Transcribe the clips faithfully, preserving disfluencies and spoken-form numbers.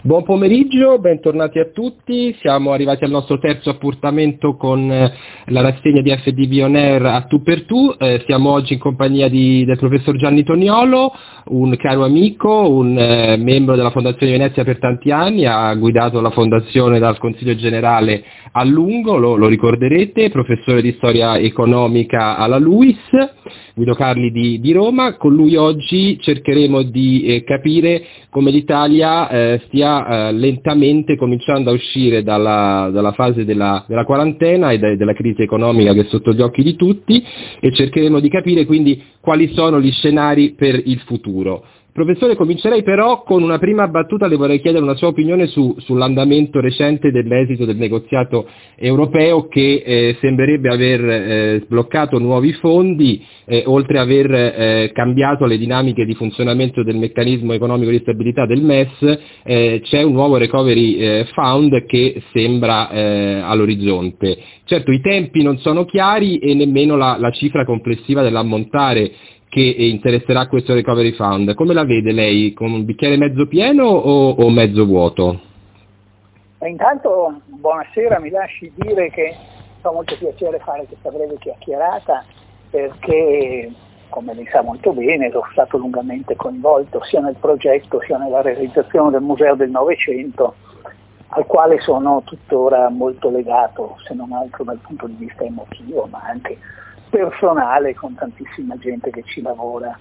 Buon pomeriggio, bentornati a tutti, siamo arrivati al nostro terzo appuntamento con eh, la rassegna di F D B On Air a tu per tu, eh, siamo oggi in compagnia di, del professor Gianni Toniolo, un caro amico, un eh, membro della Fondazione Venezia per tanti anni, ha guidato la fondazione dal Consiglio Generale a lungo, lo, lo ricorderete, professore di storia economica alla LUIS, Guido Carli di, di Roma. Con lui oggi cercheremo di eh, capire come l'Italia eh, stia eh, lentamente cominciando a uscire dalla, dalla fase della, della quarantena e de, della crisi economica che è sotto gli occhi di tutti, e cercheremo di capire quindi quali sono gli scenari per il futuro. Professore, comincerei però con una prima battuta, le vorrei chiedere una sua opinione su, sull'andamento recente dell'esito del negoziato europeo che eh, sembrerebbe aver eh, sbloccato nuovi fondi, eh, oltre ad aver eh, cambiato le dinamiche di funzionamento del meccanismo economico di stabilità del M E S, eh, c'è un nuovo Recovery eh, Fund che sembra eh, all'orizzonte. Certo, i tempi non sono chiari e nemmeno la, la cifra complessiva dell'ammontare che interesserà questo Recovery Fund. Come la vede lei? Con un bicchiere mezzo pieno o, o mezzo vuoto? E intanto, buonasera, mi lasci dire che fa molto piacere fare questa breve chiacchierata perché, come lei sa molto bene, sono stato lungamente coinvolto sia nel progetto sia nella realizzazione del Museo del Novecento, al quale sono tuttora molto legato, se non altro dal punto di vista emotivo, ma anche personale, con tantissima gente che ci lavora.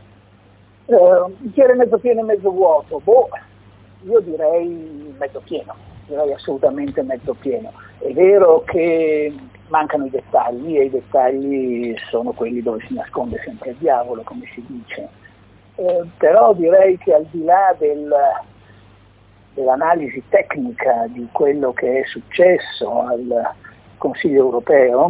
Uh, bicchiere mezzo pieno e mezzo vuoto? Boh, io direi mezzo pieno, direi assolutamente mezzo pieno. È vero che mancano i dettagli e i dettagli sono quelli dove si nasconde sempre il diavolo, come si dice, uh, però direi che al di là del, dell'analisi tecnica di quello che è successo al Consiglio europeo,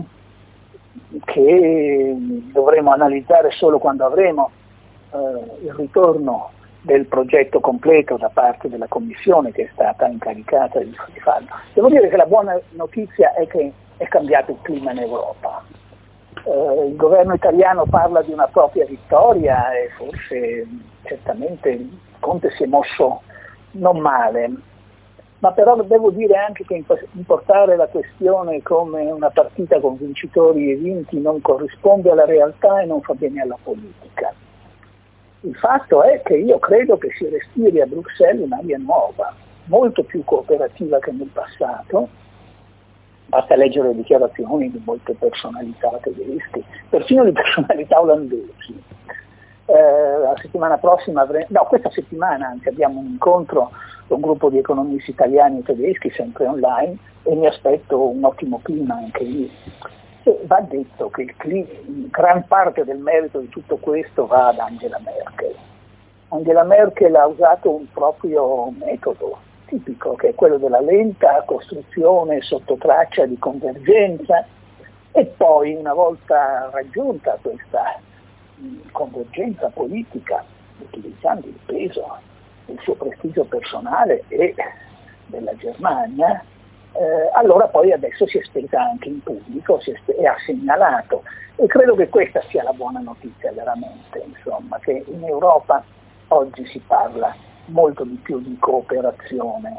che dovremo analizzare solo quando avremo eh, il ritorno del progetto completo da parte della Commissione che è stata incaricata di, di farlo. Devo dire che la buona notizia è che è cambiato il clima in Europa. Eh, il governo italiano parla di una propria vittoria e forse certamente Conte si è mosso non male. Ma però devo dire anche che importare la questione come una partita con vincitori e vinti non corrisponde alla realtà e non fa bene alla politica. Il fatto è che io credo che si respiri a Bruxelles un'aria nuova, molto più cooperativa che nel passato. Basta leggere le dichiarazioni di molte personalità tedesche, persino di personalità olandesi. Eh, la settimana prossima avremo, no, questa settimana anzi abbiamo un incontro con un gruppo di economisti italiani e tedeschi, sempre online, e mi aspetto un ottimo clima anche lì. E va detto che il clima, gran parte del merito di tutto questo va ad Angela Merkel. Angela Merkel ha usato un proprio metodo tipico, che è quello della lenta costruzione sotto traccia di convergenza, e poi una volta raggiunta questa convergenza politica, utilizzando il peso del suo prestigio personale e della Germania, eh, allora poi adesso si è spesa anche in pubblico si è sp- e ha segnalato, e credo che questa sia la buona notizia veramente, insomma, che in Europa oggi si parla molto di più di cooperazione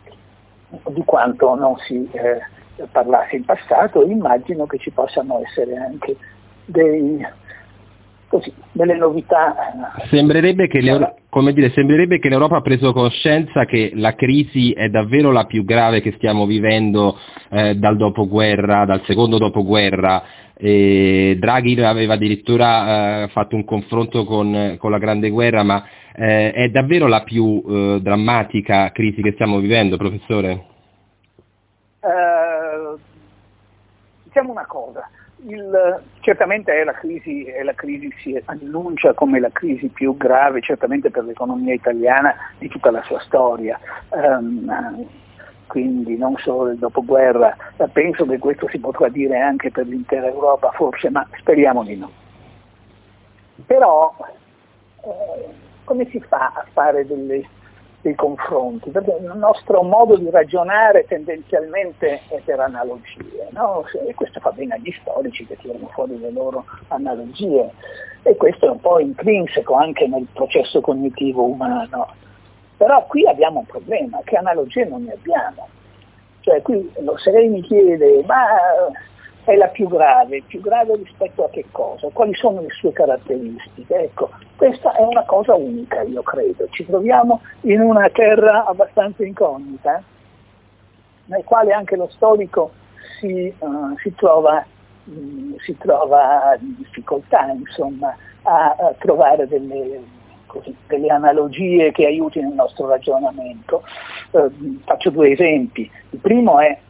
di quanto non si eh, parlasse in passato, e immagino che ci possano essere anche dei Così, delle novità. Sembrerebbe che, come dire, sembrerebbe che l'Europa ha preso coscienza che la crisi è davvero la più grave che stiamo vivendo eh, dal dopoguerra, dal secondo dopoguerra. E Draghi aveva addirittura eh, fatto un confronto con, con la Grande Guerra, ma eh, è davvero la più eh, drammatica crisi che stiamo vivendo, professore? Uh, diciamo una cosa. Il, certamente è la crisi, è la crisi si annuncia come la crisi più grave certamente per l'economia italiana di tutta la sua storia, um, quindi non solo del dopoguerra. Penso che questo si potrà dire anche per l'intera Europa forse, ma speriamo di no. Però eh, come si fa a fare delle, dei confronti? Perché il nostro modo di ragionare tendenzialmente è per analogie, no? E questo fa bene agli storici che tirano fuori le loro analogie, e questo è un po' intrinseco anche nel processo cognitivo umano. Però qui abbiamo un problema, che analogie non ne abbiamo. Cioè qui lo se lei mi chiede, ma è la più grave, più grave rispetto a che cosa? Quali sono le sue caratteristiche? Ecco, questa è una cosa unica, io credo. Ci troviamo in una terra abbastanza incognita, nel quale anche lo storico si, uh, si trova mh, si trova in difficoltà, insomma, a, a trovare delle, così, delle analogie che aiutino il nostro ragionamento. Uh, faccio due esempi. Il primo è,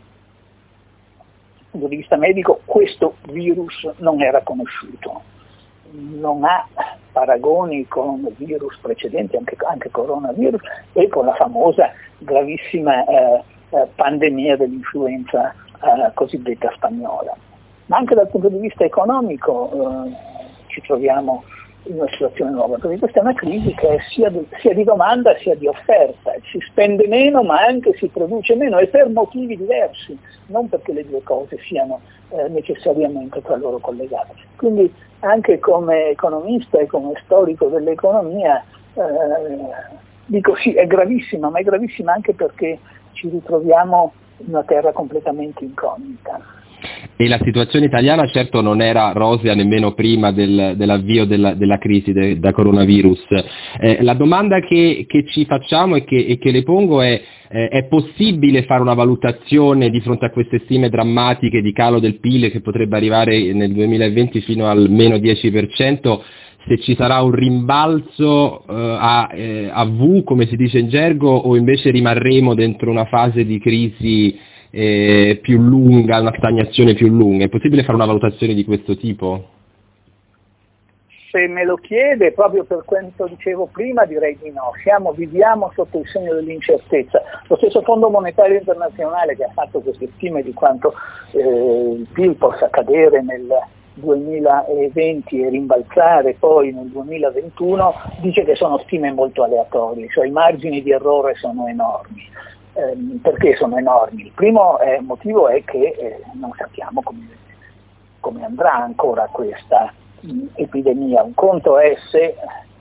dal punto di vista medico, questo virus non era conosciuto, non ha paragoni con virus precedenti, anche, anche coronavirus, e con la famosa gravissima eh, eh, pandemia dell'influenza eh, cosiddetta spagnola. Ma anche dal punto di vista economico eh, ci troviamo in una situazione nuova, perché questa è una crisi che è sia di, sia di domanda sia di offerta, si spende meno ma anche si produce meno, e per motivi diversi, non perché le due cose siano eh, necessariamente tra loro collegate. Quindi anche come economista e come storico dell'economia eh, dico sì, è gravissima, ma è gravissima anche perché ci ritroviamo in una terra completamente incognita. E la situazione italiana certo non era rosea nemmeno prima del, dell'avvio della, della crisi de, da coronavirus. Eh, la domanda che, che ci facciamo e che, e che le pongo è: eh, è possibile fare una valutazione di fronte a queste stime drammatiche di calo del P I L che potrebbe arrivare nel duemilaventi fino al meno dieci per cento, se ci sarà un rimbalzo eh, a, eh, a V, come si dice in gergo, o invece rimarremo dentro una fase di crisi Eh, più lunga, una stagnazione più lunga? È possibile fare una valutazione di questo tipo? Se me lo chiede, proprio per quanto dicevo prima, direi di no. Siamo, viviamo sotto il segno dell'incertezza. Lo stesso Fondo Monetario Internazionale, che ha fatto queste stime di quanto eh, il P I L possa cadere nel duemilaventi e rimbalzare poi nel duemilaventuno, dice che sono stime molto aleatorie, cioè i margini di errore sono enormi. Eh, perché sono enormi? Il primo eh, motivo è che eh, non sappiamo come, come andrà ancora questa mh, epidemia. Un conto è se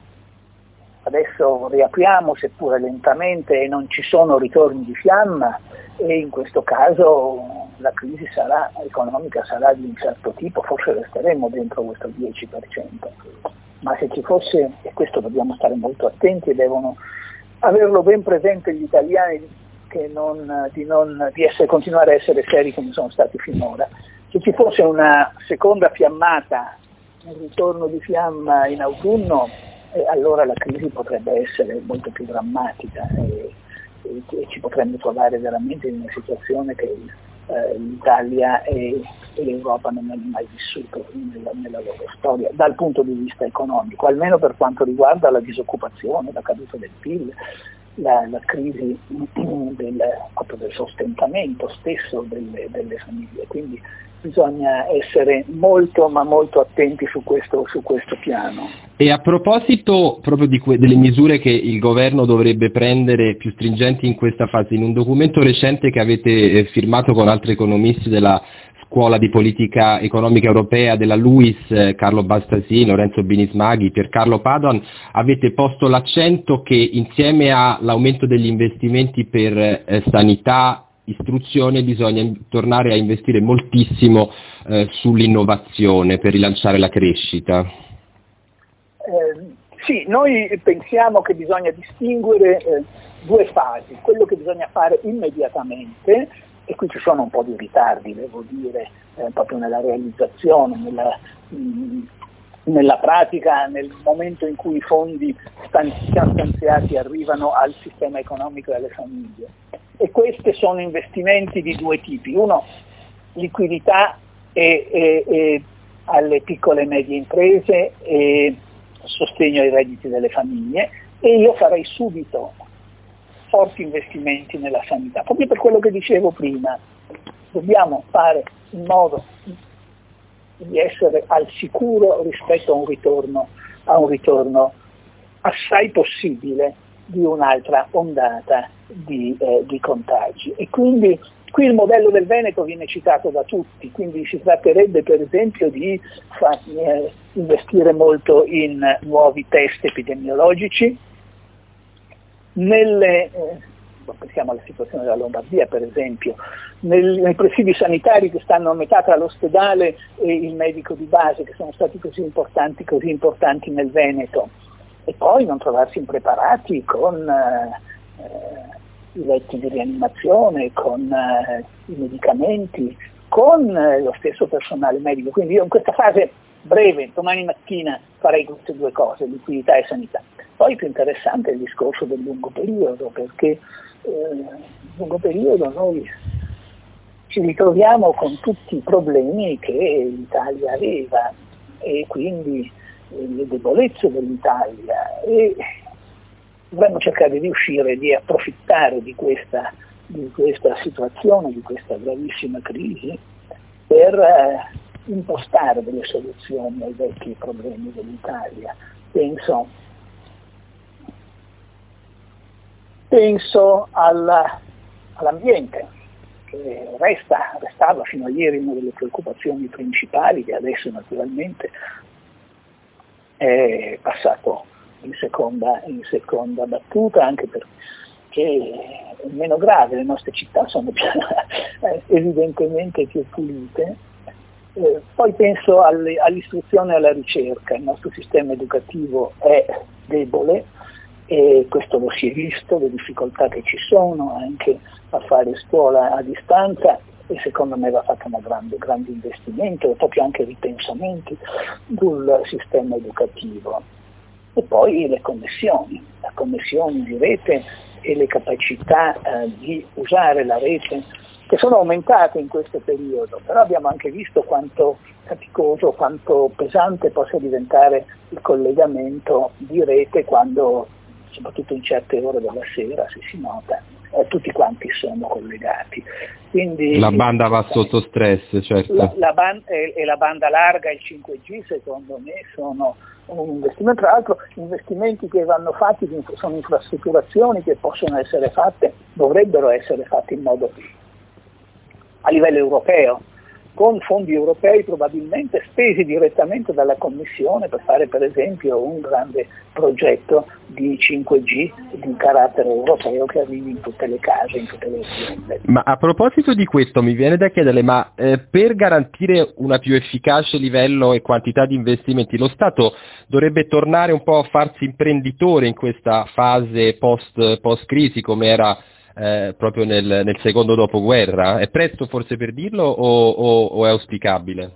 adesso riapriamo, seppure lentamente, e non ci sono ritorni di fiamma, e in questo caso la crisi sarà, economica sarà di un certo tipo, forse resteremo dentro questo dieci per cento. Ma se ci fosse, e questo dobbiamo stare molto attenti e devono averlo ben presente gli italiani, che non, di, non, di essere, continuare a essere seri come sono stati finora. Se ci fosse una seconda fiammata, un ritorno di fiamma in autunno, eh, allora la crisi potrebbe essere molto più drammatica e, e, e ci potremmo trovare veramente in una situazione che eh, l'Italia e, e l'Europa non hanno mai vissuto nella, nella loro storia, dal punto di vista economico, almeno per quanto riguarda la disoccupazione, la caduta del P I L, La, la crisi del, del sostentamento stesso delle, delle famiglie. Quindi bisogna essere molto ma molto attenti su questo, su questo piano. E a proposito proprio di que- delle misure che il governo dovrebbe prendere più stringenti in questa fase, in un documento recente che avete eh, firmato con altri economisti della Scuola di Politica Economica Europea della LUIS, eh, Carlo Bastasini, Lorenzo Binismaghi, Piercarlo Padoan, avete posto l'accento che insieme all'aumento degli investimenti per eh, sanità, istruzione, bisogna tornare a investire moltissimo eh, sull'innovazione per rilanciare la crescita. Eh, sì, noi pensiamo che bisogna distinguere eh, due fasi, quello che bisogna fare immediatamente, e qui ci sono un po' di ritardi, devo dire, eh, proprio nella realizzazione, nella, mh, nella pratica, nel momento in cui i fondi stanziati arrivano al sistema economico e alle famiglie. E questi sono investimenti di due tipi: uno, liquidità e, e, e alle piccole e medie imprese e sostegno ai redditi delle famiglie, e io farei subito forti investimenti nella sanità, proprio per quello che dicevo prima. Dobbiamo fare in modo di essere al sicuro rispetto a un ritorno, a un ritorno assai possibile di un'altra ondata di, eh, di contagi. E quindi qui il modello del Veneto viene citato da tutti, quindi si tratterebbe per esempio di far, eh, investire molto in nuovi test epidemiologici, nelle, eh, pensiamo alla situazione della Lombardia per esempio, nel, nei presidi sanitari che stanno a metà tra l'ospedale e il medico di base, che sono stati così importanti, così importanti nel Veneto, e poi non trovarsi impreparati con eh, eh, i letti di rianimazione, con eh, i medicamenti, con eh, lo stesso personale medico. Quindi io in questa fase breve, domani mattina, farei queste due cose, liquidità e sanità. Poi più interessante è il discorso del lungo periodo, perché eh, nel lungo periodo noi ci ritroviamo con tutti i problemi che l'Italia aveva e quindi eh, le debolezze dell'Italia, e dovremmo cercare di uscire, di approfittare di questa, di questa situazione, di questa gravissima crisi, per eh, impostare delle soluzioni ai vecchi problemi dell'Italia. Penso, penso alla, all'ambiente, che resta, restava fino a ieri una delle preoccupazioni principali, che adesso naturalmente è passato in seconda, in seconda battuta, anche perché è meno grave, le nostre città sono più, evidentemente più pulite. Eh, poi penso alle, all'istruzione e alla ricerca. Il nostro sistema educativo è debole e questo lo si è visto, le difficoltà che ci sono anche a fare scuola a distanza, e secondo me va fatto un grande, grande investimento e proprio anche ripensamenti sul sistema educativo. E poi le connessioni, le connessioni di rete e le capacità eh, di usare la rete, che sono aumentate in questo periodo, però abbiamo anche visto quanto faticoso, quanto pesante possa diventare il collegamento di rete quando, soprattutto in certe ore della sera, se si nota, eh, tutti quanti sono collegati. Quindi la banda va sotto stress, certo. La, la ban- e, e la banda larga, il cinque G, secondo me sono un investimento. Tra l'altro investimenti che vanno fatti sono infrastrutturazioni che possono essere fatte, dovrebbero essere fatte in modo a livello europeo, con fondi europei probabilmente spesi direttamente dalla Commissione per fare per esempio un grande progetto di cinque G di carattere europeo che arrivi in tutte le case, in tutte le aziende. Ma a proposito di questo mi viene da chiedere, ma eh, per garantire una più efficace livello e quantità di investimenti, lo Stato dovrebbe tornare un po' a farsi imprenditore in questa fase post, post-crisi, come era Eh, proprio nel, nel secondo dopoguerra? È presto forse per dirlo o, o, o è auspicabile?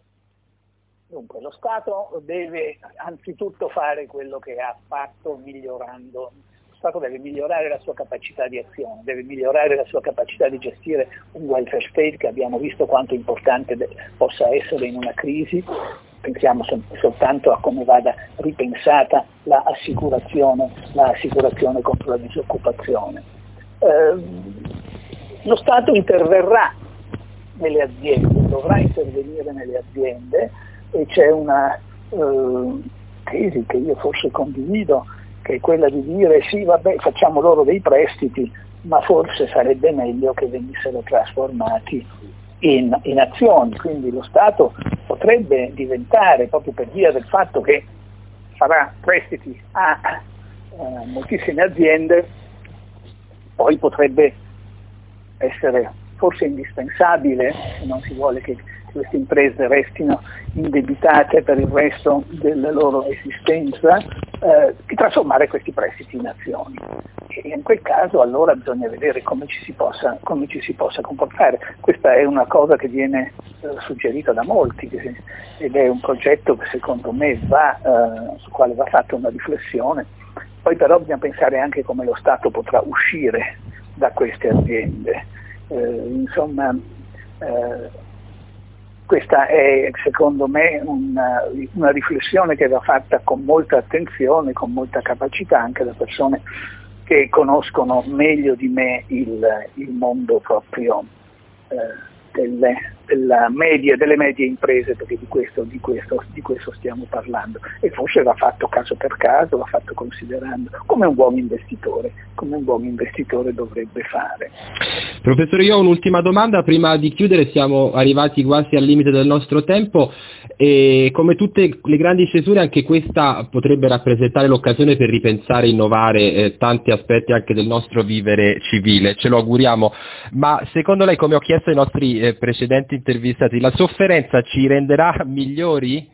Dunque, lo Stato deve anzitutto fare quello che ha fatto migliorando. Lo Stato deve migliorare la sua capacità di azione, deve migliorare la sua capacità di gestire un welfare state che abbiamo visto quanto importante de- possa essere in una crisi. Pensiamo sol- soltanto a come vada ripensata l'assicurazione, l'assicurazione contro la disoccupazione. Eh, lo Stato interverrà nelle aziende, dovrà intervenire nelle aziende, e c'è una eh, tesi che io forse condivido, che è quella di dire sì, vabbè, facciamo loro dei prestiti, ma forse sarebbe meglio che venissero trasformati in, in azioni. Quindi lo Stato potrebbe diventare, proprio per via del fatto che farà prestiti a eh, moltissime aziende, poi potrebbe essere forse indispensabile, se non si vuole che queste imprese restino indebitate per il resto della loro esistenza, eh, di trasformare questi prestiti in azioni. E in quel caso allora bisogna vedere come ci si possa, come ci si possa comportare. Questa è una cosa che viene eh, suggerita da molti, che, ed è un progetto che secondo me va, eh, sul quale va fatta una riflessione. Poi però bisogna pensare anche come lo Stato potrà uscire da queste aziende. Eh, insomma, eh, questa è secondo me una, una riflessione che va fatta con molta attenzione, con molta capacità, anche da persone che conoscono meglio di me il, il mondo proprio eh, delle, della media, delle medie imprese, perché di questo, di, questo, di questo stiamo parlando, e forse va fatto caso per caso, va fatto considerando come un buon investitore, come un buon investitore dovrebbe fare. Professore, io ho un'ultima domanda prima di chiudere, siamo arrivati quasi al limite del nostro tempo e come tutte le grandi cesure anche questa potrebbe rappresentare l'occasione per ripensare e innovare eh, tanti aspetti anche del nostro vivere civile, ce lo auguriamo, ma secondo lei, come ho chiesto ai nostri eh, precedenti intervistati, la sofferenza ci renderà migliori?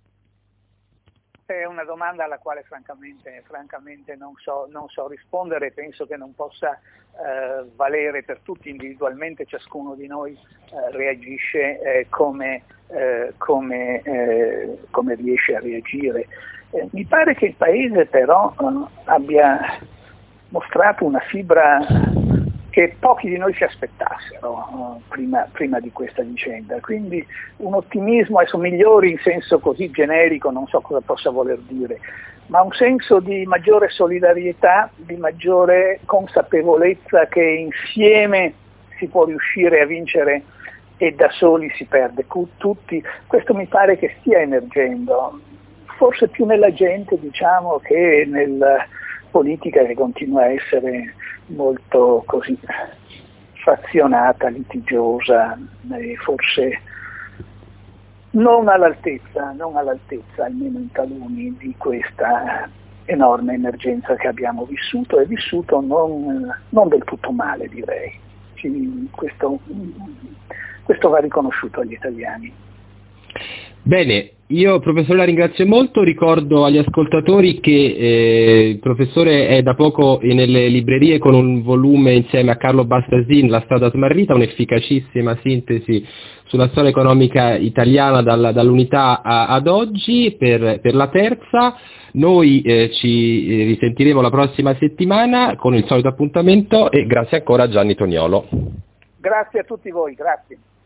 È una domanda alla quale francamente, francamente non, so, non so rispondere, penso che non possa eh, valere per tutti individualmente, ciascuno di noi eh, reagisce eh, come, eh, come, eh, come riesce a reagire. Eh, mi pare che il Paese però eh, abbia mostrato una fibra che pochi di noi si aspettassero uh, prima, prima di questa vicenda, quindi un ottimismo, adesso migliori in senso così generico, non so cosa possa voler dire, ma un senso di maggiore solidarietà, di maggiore consapevolezza che insieme si può riuscire a vincere e da soli si perde tutti. Questo mi pare che stia emergendo, forse più nella gente, diciamo, che nella politica, che continua a essere molto così frazionata, litigiosa, e forse non all'altezza, non all'altezza, almeno in taluni, di questa enorme emergenza che abbiamo vissuto, e vissuto non, non del tutto male, direi. Questo, questo va riconosciuto agli italiani. Bene, io professore la ringrazio molto, ricordo agli ascoltatori che eh, il professore è da poco nelle librerie con un volume insieme a Carlo Bastasin, La strada smarrita, un'efficacissima sintesi sulla storia economica italiana dalla, dall'unità a, ad oggi per, per la terza. Noi eh, ci risentiremo la prossima settimana con il solito appuntamento e grazie ancora a Gianni Toniolo. Grazie a tutti voi, grazie.